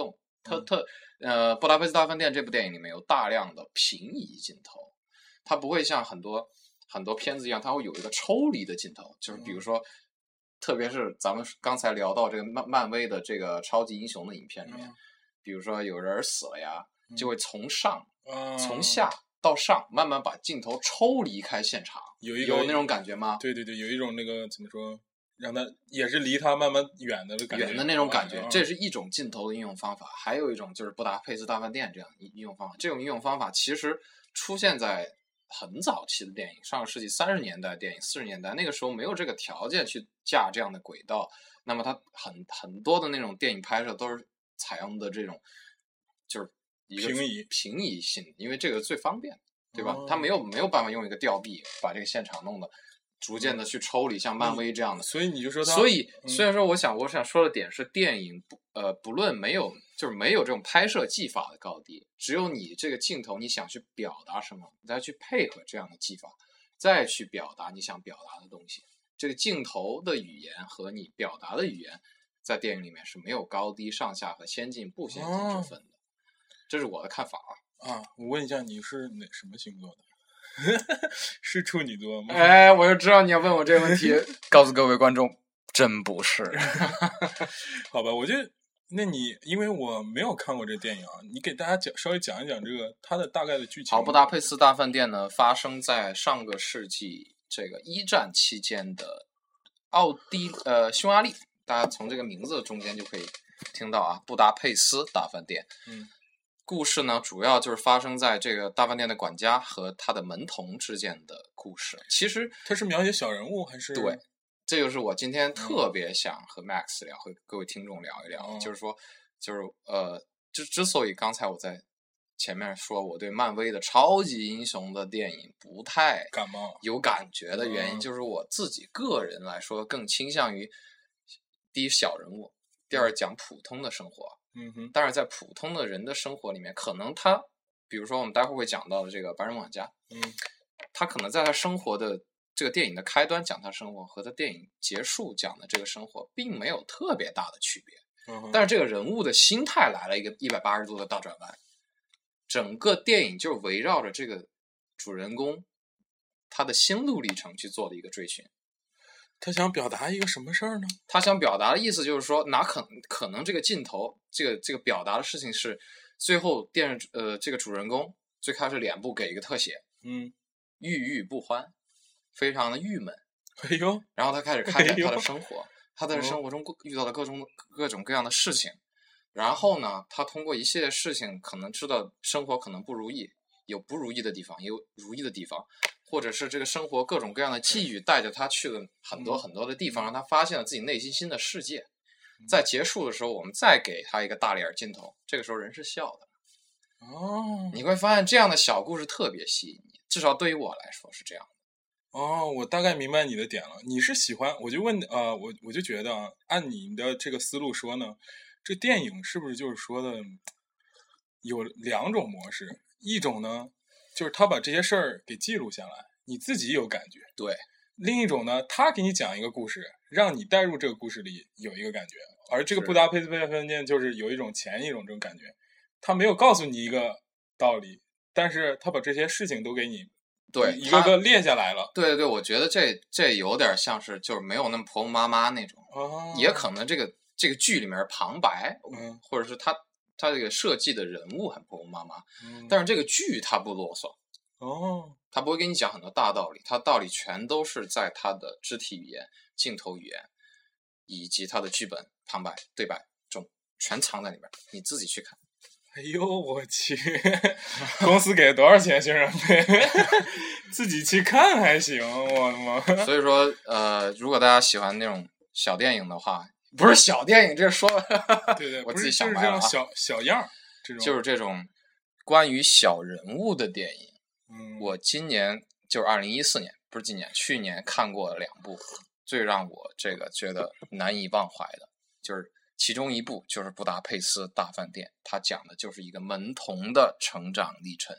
布达佩斯大饭店这部电影里面有大量的平移镜头，它不会像很多片子一样，它会有一个抽离的镜头，就是比如说，特别是咱们刚才聊到这个漫威的这个超级英雄的影片里面，比如说有人死了呀，就会从从下到上慢慢把镜头抽离开现场，有那种感觉吗？ 对对对，有一种那个怎么说，让它也是离它慢慢远的感觉， 远的那种感觉，这是一种镜头的应用方法。还有一种就是布达佩斯大饭店这样应用方法。这种应用方法其实出现在很早期的电影，上个世纪30年代电影、40年代，那个时候没有这个条件去架这样的轨道，那么它很多的那种电影拍摄都是采用的这种就是一个平移性，因为这个最方便，对吧？它没有办法用一个吊臂把这个现场弄得逐渐的去抽离，像漫威这样的。 所以你就说它， 所以虽然说我想说的点是电影不论没有这种拍摄技法的高低，只有你这个镜头你想去表达什么，你再去配合这样的技法，再去表达你想表达的东西。这个镜头的语言和你表达的语言，在电影里面是没有高低上下和先进不先进之分的。这是我的看法啊。我问一下，你是什么星座的？是处女座吗？ 哎，我就知道你要问我这个问题。告诉各位观众，真不是。 好吧，我觉得，那你因为我没有看过这电影啊，你给大家稍微讲一讲这个它的大概的剧情。 好，布达佩斯大饭店呢，发生在上个世纪这个1战期间的匈牙利，大家从这个名字中间就可以听到啊，布达佩斯大饭店。故事呢，主要就是发生在这个大饭店的管家和他的门童之间的故事。其实它是描写小人物还是？ 对，这就是我今天特别想和 Max 聊，和各位听众聊一聊。就是说，之所以刚才我在前面说我对漫威的超级英雄的电影不太感冒有感觉的原因，就是我自己个人来说更倾向于第一小人物，第二讲普通的生活。但是在普通的人的生活里面，可能他，比如说我们待会儿会讲到的这个白人梦想家，他可能在他生活的这个电影的开端讲他生活，和他电影结束讲的这个生活，并没有特别大的区别。但是这个人物的心态来了一个180度的大转弯，整个电影就围绕着这个主人公他的心路历程去做的一个追寻。 他想表达一个什么事儿呢？ 他想表达的意思就是说，可能这个镜头，这个表达的事情是，最后这个主人公最开始脸部给一个特写，郁郁不欢，非常的郁闷。 哎呦， 然后他开始开展他的生活，他在生活中遇到了各种各样的事情，然后呢，他通过一系列事情，可能知道生活可能不如意，有不如意的地方，也有如意的地方。或者是这个生活各种各样的际遇带着他去了很多很多的地方，让他发现了自己内心新的世界。在结束的时候，我们再给他一个大脸镜头，这个时候人是笑的。你会发现这样的小故事特别吸引你，至少对于我来说是这样的。 我大概明白你的点了。你是喜欢，我就问我就觉得按你的这个思路说呢，这电影是不是就是说的有2种模式？一种呢，就是他把这些事儿给记录下来，你自己有感觉。 对。 另一种呢，他给你讲一个故事，让你带入这个故事里有一个感觉。而这个布达佩斯大饭店就是有一种前一种这种感觉，他没有告诉你一个道理，但是他把这些事情都给你一个个列下来了。 对，我觉得这有点像是就是没有那么婆婆妈妈那种，也可能这个剧里面旁白，或者是他这个设计的人物很婆婆妈妈，但是这个剧他不啰嗦，他不会给你讲很多大道理，他道理全都是在他的肢体语言、镜头语言以及他的剧本旁白、对白中全藏在里面，你自己去看。 哎呦我去，公司给了多少钱宣传费？自己去看还行，我的妈！ 所以说如果大家喜欢那种小电影的话，不是小电影，这说对我自己想白了，就是这种小样， 就是这种关于小人物的电影。我今年就是2014年，不是今年，去年看过2部，最让我这个觉得难以忘怀的，就是其中一部就是《布达佩斯大饭店》，它讲的就是一个门童的成长历程。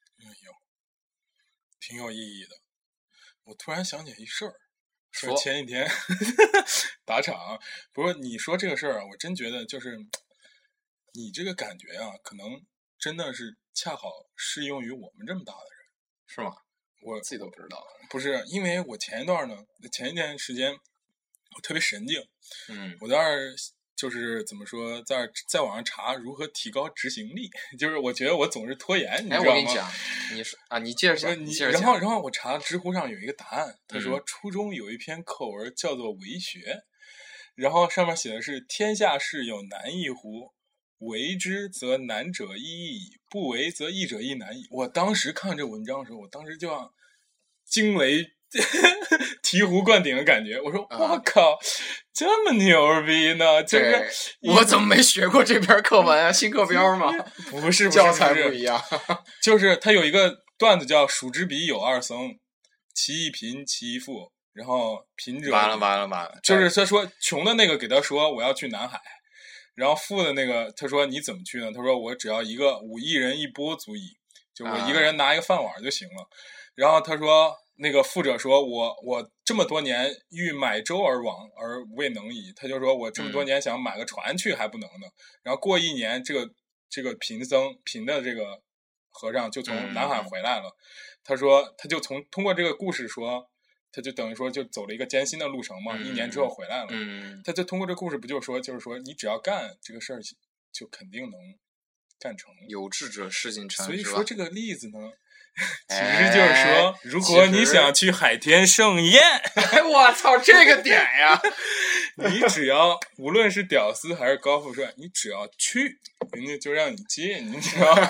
挺有意义的。我突然想起一事儿， 说前几天打场，不过你说这个事儿，我真觉得就是你这个感觉啊，可能真的是恰好适用于我们这么大的人， 是吗？ 我自己都不知道。 不是，因为我前一段时间我特别神经，我在那儿就是怎么说，在网上查如何提高执行力，就是我觉得我总是拖延，你知道吗？ 我跟你讲，你说啊，你接着讲，你接着讲。然后我查知乎上有一个答案，他说初中有一篇课文叫做《为学》，然后上面写的是天下事有难易乎？为之则难者易矣，不为则易者亦难矣。我当时看这文章的时候，我当时就像惊雷醍醐灌顶的感觉。我说我靠，这么牛逼呢？就是我怎么没学过这篇课文啊？新课标吗？ 不是， 教材不一样。 就是他有一个段子叫“数之彼有二僧，其一贫，其一富”。然后贫者完了， 就是他说穷的那个给他说我要去南海。然后富的那个他说你怎么去呢？他说我只要5亿人一钵足矣，就我一个人拿一个饭碗就行了。然后他说那个富者说我这么多年欲买舟而往而未能矣，他就说我这么多年想买个船去还不能呢。然后过1年这个贫的这个和尚就从南海回来了。他说他就通过这个故事说，他就等于说就走了一个艰辛的路程嘛，1年之后回来了。他就通过这故事不就是说你只要干这个事儿就肯定能干成。 有志者事竟成。 所以说这个例子呢，其实就是说，如果你想去海天盛宴， 我操，这个点呀！ 你只要无论是屌丝还是高富帅，你只要去，人家就让你进，你知道吗？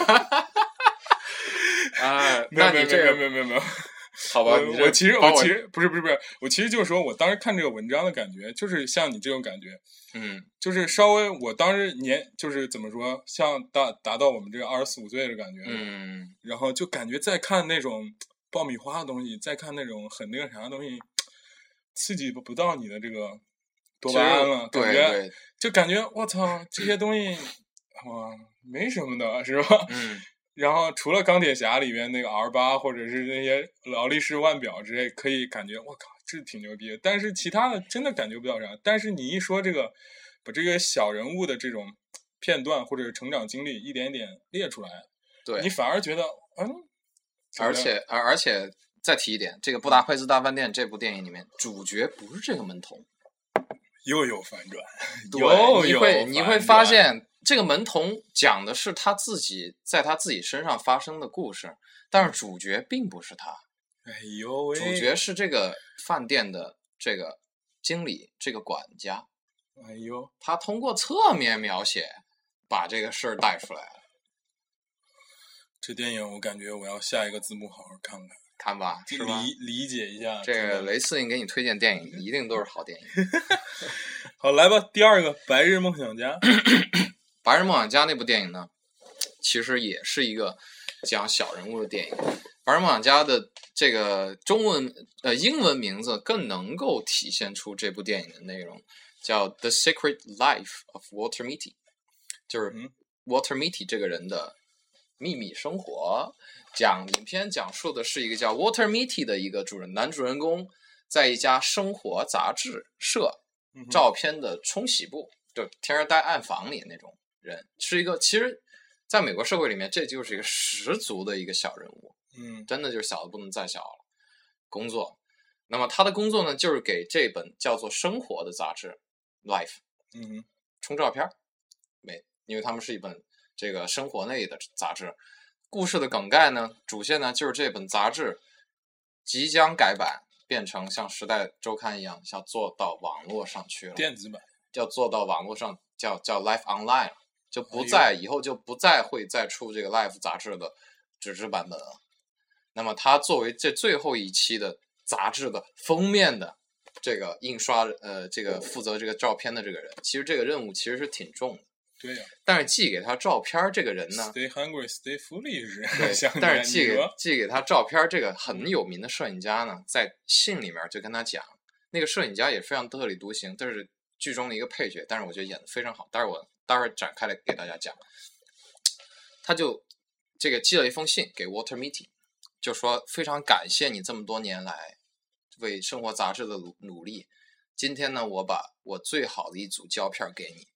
那你这个没有。 好吧， 我其实不是，我其实就是说我当时看这个文章的感觉，就是像你这种感觉，就是稍微我当时就是怎么说，像达到我们这个24、25岁的感觉，然后就感觉再看那种爆米花的东西，再看那种很那个啥的东西，刺激不到你的这个多巴胺了，感觉就感觉我操这些东西哇没什么的是吧？然后除了钢铁侠里面那个 R8或者是那些劳力士腕表之类，可以感觉我靠这挺牛逼的，但是其他的真的感觉不到啥。但是你一说这个把这个小人物的这种片段或者成长经历一点一点列出来， 对， 你反而觉得而且再提一点，这个《布达佩斯大饭店》这部电影里面主角不是这个门童， 又有反转， 你会发现这个门童讲的是他自己在他自己身上发生的故事，但是主角并不是他。 哎呦喂！ 主角是这个饭店的这个经理，这个管家。 哎呦， 他通过侧面描写把这个事儿带出来了。 这电影我感觉我要下一个字幕好好看吧，是吧？ 理解一下。 这个雷斯林给你推荐电影一定都是好电影。 好，来吧，第二个《白日梦想家》。 白日梦想家那部电影呢，其实也是一个讲小人物的电影。白日梦想家的这个英文名字更能够体现出这部电影的内容，叫 The Secret Life of Walter Mitty， 就是 Walter Mitty 这个人的秘密生活。影片讲述的是一个叫 Walter Mitty 的一个男主人公，在一家生活杂志社照片的冲洗部，就天天待暗房里那种人，是一个其实在美国社会里面这就是一个十足的一个小人物，真的就是小的不能再小了。工作，那么他的工作呢，就是给这本叫做生活的杂志 Life 冲照片，因为他们是一本这个生活类的杂志。故事的梗概呢，主线呢就是这本杂志即将改版，变成像时代周刊一样，要做到网络上去了， 电子版要做到网络上，叫 Life Online 了，就不再以后就不再会再出这个 Life 杂志的纸质版本了。那么他作为这最后一期的杂志的封面的这个印刷这个负责这个照片的这个人，其实这个任务其实是挺重的。 对呀， 但是寄给他照片这个人呢 ，Stay hungry, stay foolish。 对，但是寄给他照片这个很有名的摄影家呢，在信里面就跟他讲，那个摄影家也非常特立独行，这是剧中的一个配角，但是我觉得演得非常好。待会儿展开来给大家讲。他就这个寄了一封信给 Walter Mitty， 就说非常感谢你这么多年来为生活杂志的努力。今天呢，我把我最好的一组胶片给你。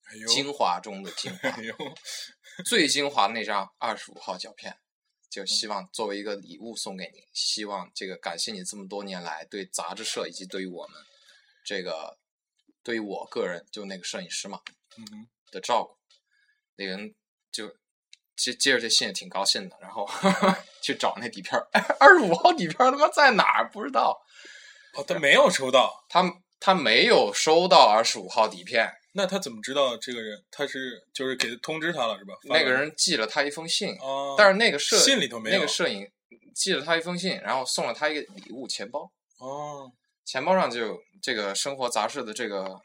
精华中的精华，最精华的那张25号胶片，就希望作为一个礼物送给你，希望这个感谢你这么多年来对杂志社以及对于我们这个对于我个人就那个摄影师嘛的照顾。那个人就接着这信也挺高兴的，然后去找那底片，25号底片他妈在哪儿不知道。 他没有收到， 他没有收到25号底片。 那他怎么知道这个人？他是就是给通知他了是吧？ 那个人寄了他一封信，但是那个信里头没有， 那个摄影寄了他一封信，然后送了他一个礼物钱包。钱包上就有这个生活杂志的这个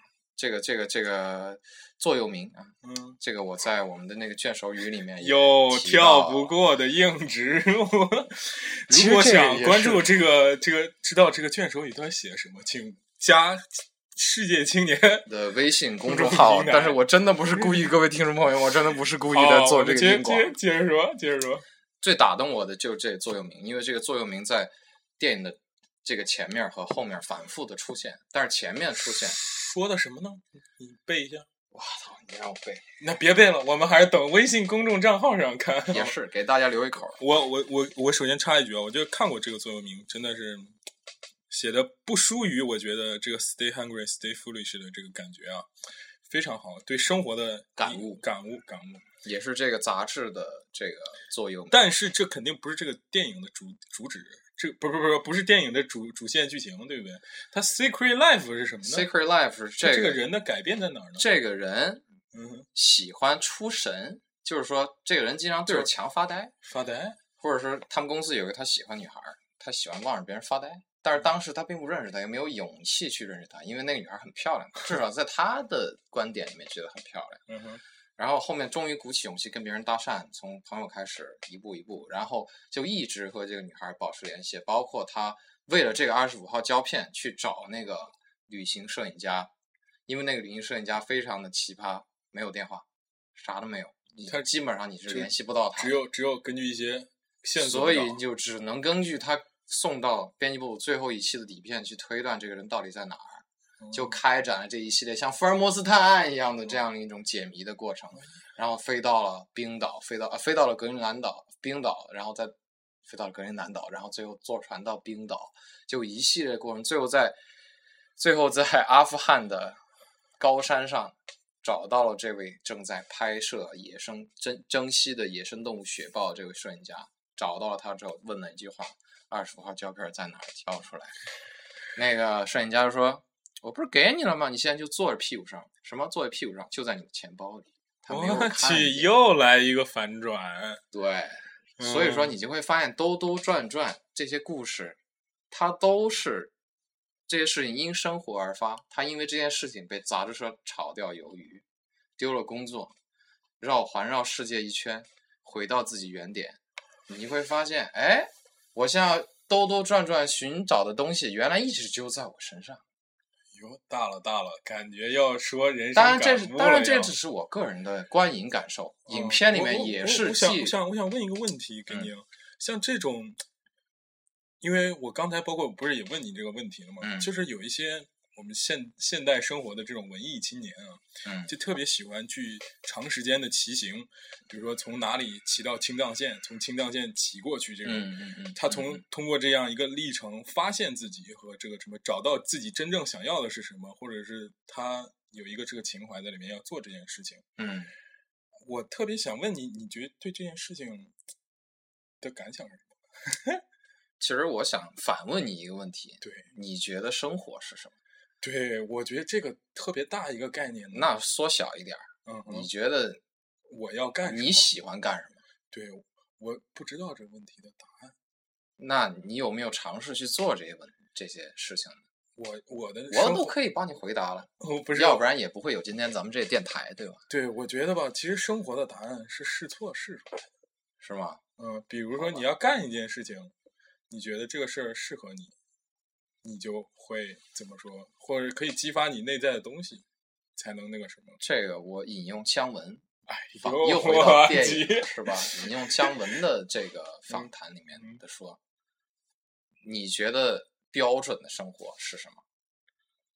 座右铭啊。这个我在我们的那个卷首语里面有跳不过的硬植入。如果想关注这个知道这个卷首语都写什么，请加世界青年的微信公众号。但是我真的不是故意，各位听众朋友，我真的不是故意的做这个硬广。 接着说。 最打动我的就是这个座右铭，因为这个座右铭在电影的这个前面和后面反复的出现，但是前面出现说的什么呢？你背一下。 哇操！你让我背， 那别背了，我们还是等微信公众账号上看。 也是给大家留一口。 我首先插一句啊，我就看过这个座右铭，真的是写的不输于我觉得这个 Stay Hungry, Stay Foolish 的这个感觉啊，非常好，对生活的感悟，也是这个杂志的这个座右铭。 但是这肯定不是这个电影的主旨。这不是电影的主线剧情，对不对？它 Secret Life 是什么呢 ？Secret Life 是这个人的改变在哪儿呢？ 这个人喜欢出神，就是说这个人经常对着墙发呆，或者是他们公司有个他喜欢女孩，他喜欢望着别人发呆，但是当时他并不认识她，也没有勇气去认识她，因为那个女孩很漂亮，至少在他的观点里面觉得很漂亮。然后后面终于鼓起勇气跟别人搭讪，从朋友开始一步一步，然后就一直和这个女孩保持联系，包括他为了这个25号胶片去找那个旅行摄影家，因为那个旅行摄影家非常的奇葩，没有电话，啥都没有，他基本上你是联系不到他， 只有根据一些线索， 所以就只能根据他送到编辑部最后一期的底片去推断这个人到底在哪儿。就开展了这一系列像福尔摩斯探案一样的这样一种解谜的过程，然后飞到了冰岛，飞到了格陵兰岛、冰岛，然后再飞到了格陵兰岛，然后最后坐船到冰岛，就一系列过程，最后在阿富汗的高山上找到了这位正在拍摄珍稀的野生动物雪豹这位摄影家，找到了他之后问了一句话：“25号胶片在哪儿？交出来。”那个摄影家就说：“我不是给你了吗？你现在就坐在屁股上。”什么坐在屁股上？就在你的钱包里。 我去，又来一个反转。 对，所以说你就会发现兜兜转转这些故事，它都是这些事情因生活而发。他因为这件事情被杂志社炒掉鱿鱼，丢了工作，环绕世界一圈，回到自己原点。你会发现，哎，我现在兜兜转转寻找的东西，原来一直就在我身上。 哟，大了，感觉要说人生当然这只是我个人的观影感受。影片里面也是我想问一个问题给你，像这种，因为我刚才包括不是也问你这个问题了吗？就是有一些我们现代生活的这种文艺青年啊，就特别喜欢去长时间的骑行，比如说从哪里骑到青藏线，从青藏线骑过去，这种，他通过这样一个历程，发现自己和这个什么，找到自己真正想要的是什么，或者是他有一个这个情怀在里面要做这件事情。我特别想问你，你觉得对这件事情的感想是什么？ 其实我想反问你一个问题， 对， 你觉得生活是什么？ 对，我觉得这个特别大一个概念。 那缩小一点，你觉得我要干什么？ 你喜欢干什么？ 对，我不知道这个问题的答案。 那你有没有尝试去做这些事情呢？ 我都可以帮你回答了， 不是， 要不然也不会有今天咱们这个电台，对吧？ 对，我觉得吧，其实生活的答案是试错试出来的， 是吗？ 比如说你要干一件事情，你觉得这个事儿适合你，你就会怎么说，或者可以激发你内在的东西，才能那个什么。 这个我引用姜文， 又回到电影是吧？引用姜文的这个访谈里面的说，你觉得标准的生活是什么？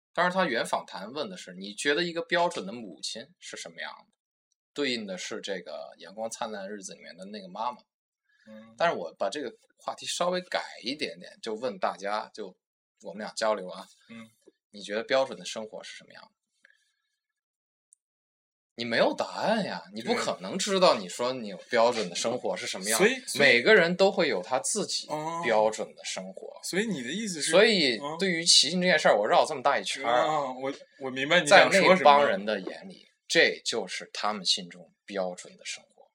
当然他原访谈问的是你觉得一个标准的母亲是什么样的，对应的是这个阳光灿烂的日子里面的那个妈妈。但是我把这个话题稍微改一点点，就问大家，就我们俩交流啊，你觉得标准的生活是什么样的？你没有答案呀，你不可能知道你说你有标准的生活是什么样的， 所以每个人都会有他自己标准的生活。 所以你的意思是， 所以对于骑行这件事儿，我绕这么大一圈我明白你在想说什么。 那帮人的眼里，这就是他们心中标准的生活。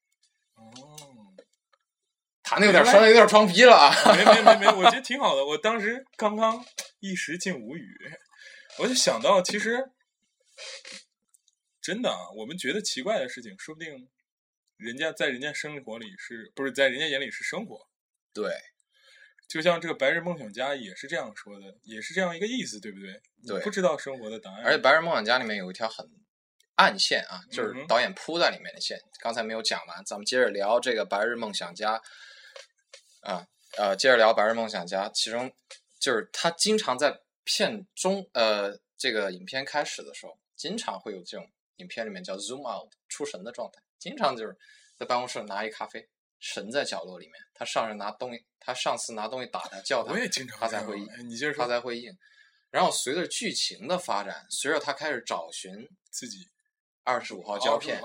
谈的有点深，有点装逼了啊！ 没，我觉得挺好的。我当时刚刚一时竟无语，我就想到，其实真的啊，我们觉得奇怪的事情，说不定人家在人家生活里不是在人家眼里是生活。 对， 就像这个白日梦想家也是这样说的，也是这样一个意思，对不对？ 对， 不知道生活的答案。 而且白日梦想家里面有一条很暗线啊，就是导演铺在里面的线，刚才没有讲完，咱们接着聊这个白日梦想家。接着聊白日梦想家，其中就是他经常在片中，这个影片开始的时候，经常会有这种影片里面叫 zoom out 出神的状态，经常就是在办公室拿一咖啡，神在角落里面，他上司拿东西打他叫他， 我也经常他才会他才会应。然后随着剧情的发展，随着他开始找寻自己 25号胶片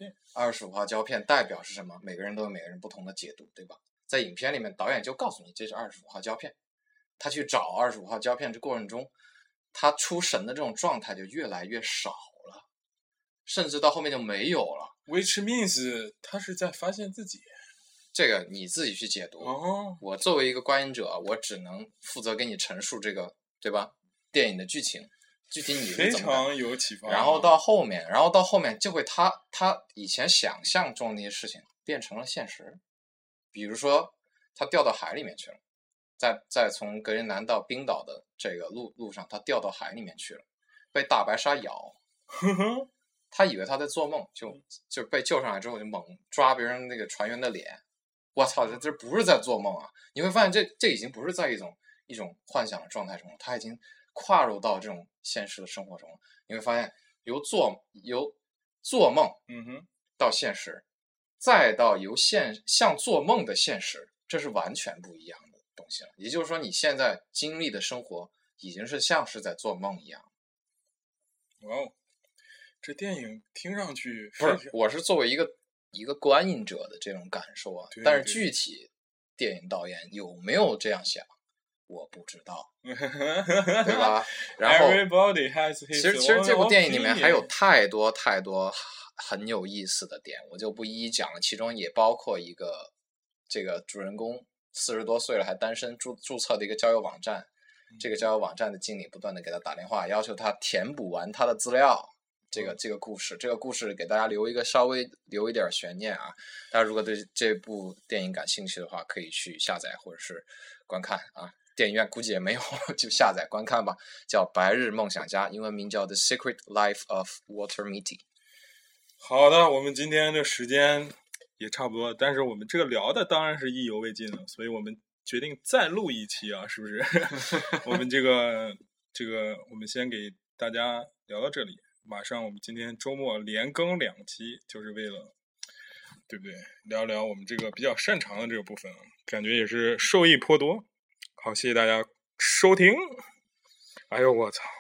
，25 号胶片代表是什么？每个人都有每个人不同的解读，对吧？在影片里面，导演就告诉你这是25号胶片。他去找25号胶片这过程中，他出神的这种状态就越来越少了，甚至到后面就没有了。 Which means 他是在发现自己。 这个你自己去解读。我作为一个观影者，我只能负责给你陈述这个，对吧？电影的剧情，具体你是怎么非常有启发。 然后到后面就会他以前想象中的那些事情变成了现实。比如说他掉到海里面去了，再从格陵兰到冰岛的这个路上，他掉到海里面去了，被大白鲨咬。他以为他在做梦，就被救上来之后就猛抓别人那个船员的脸。我操，这不是在做梦啊！你会发现这已经不是在一种幻想的状态中了，他已经跨入到这种现实的生活中了。你会发现由做梦到现实，再到像做梦的现实，这是完全不一样的东西了。也就是说，你现在经历的生活已经是像是在做梦一样。 哇哦，这电影听上去不是，我是作为一个观影者的这种感受啊。但是具体电影导演有没有这样想，我不知道，对吧？然后其实这部电影里面还有太多很有意思的点，我就不一一讲了。其中也包括一个这个主人公40多岁了还单身注册的一个交友网站，这个交友网站的经理不断的给他打电话，要求他填补完他的资料。这个故事给大家稍微留一点悬念啊。大家如果对这部电影感兴趣的话，可以去下载或者是观看啊。电影院估计也没有，就下载观看吧。叫《白日梦想家》，英文名叫《The Secret Life of Walter Mitty》。 好的，我们今天的时间也差不多，但是我们这个聊的当然是意犹未尽了，所以我们决定再录一期啊，是不是？我们这个我们先给大家聊到这里。马上我们今天周末连更2期，就是为了，对不对？聊聊我们这个比较擅长的这个部分，感觉也是受益颇多。好，谢谢大家收听。哎呦我操！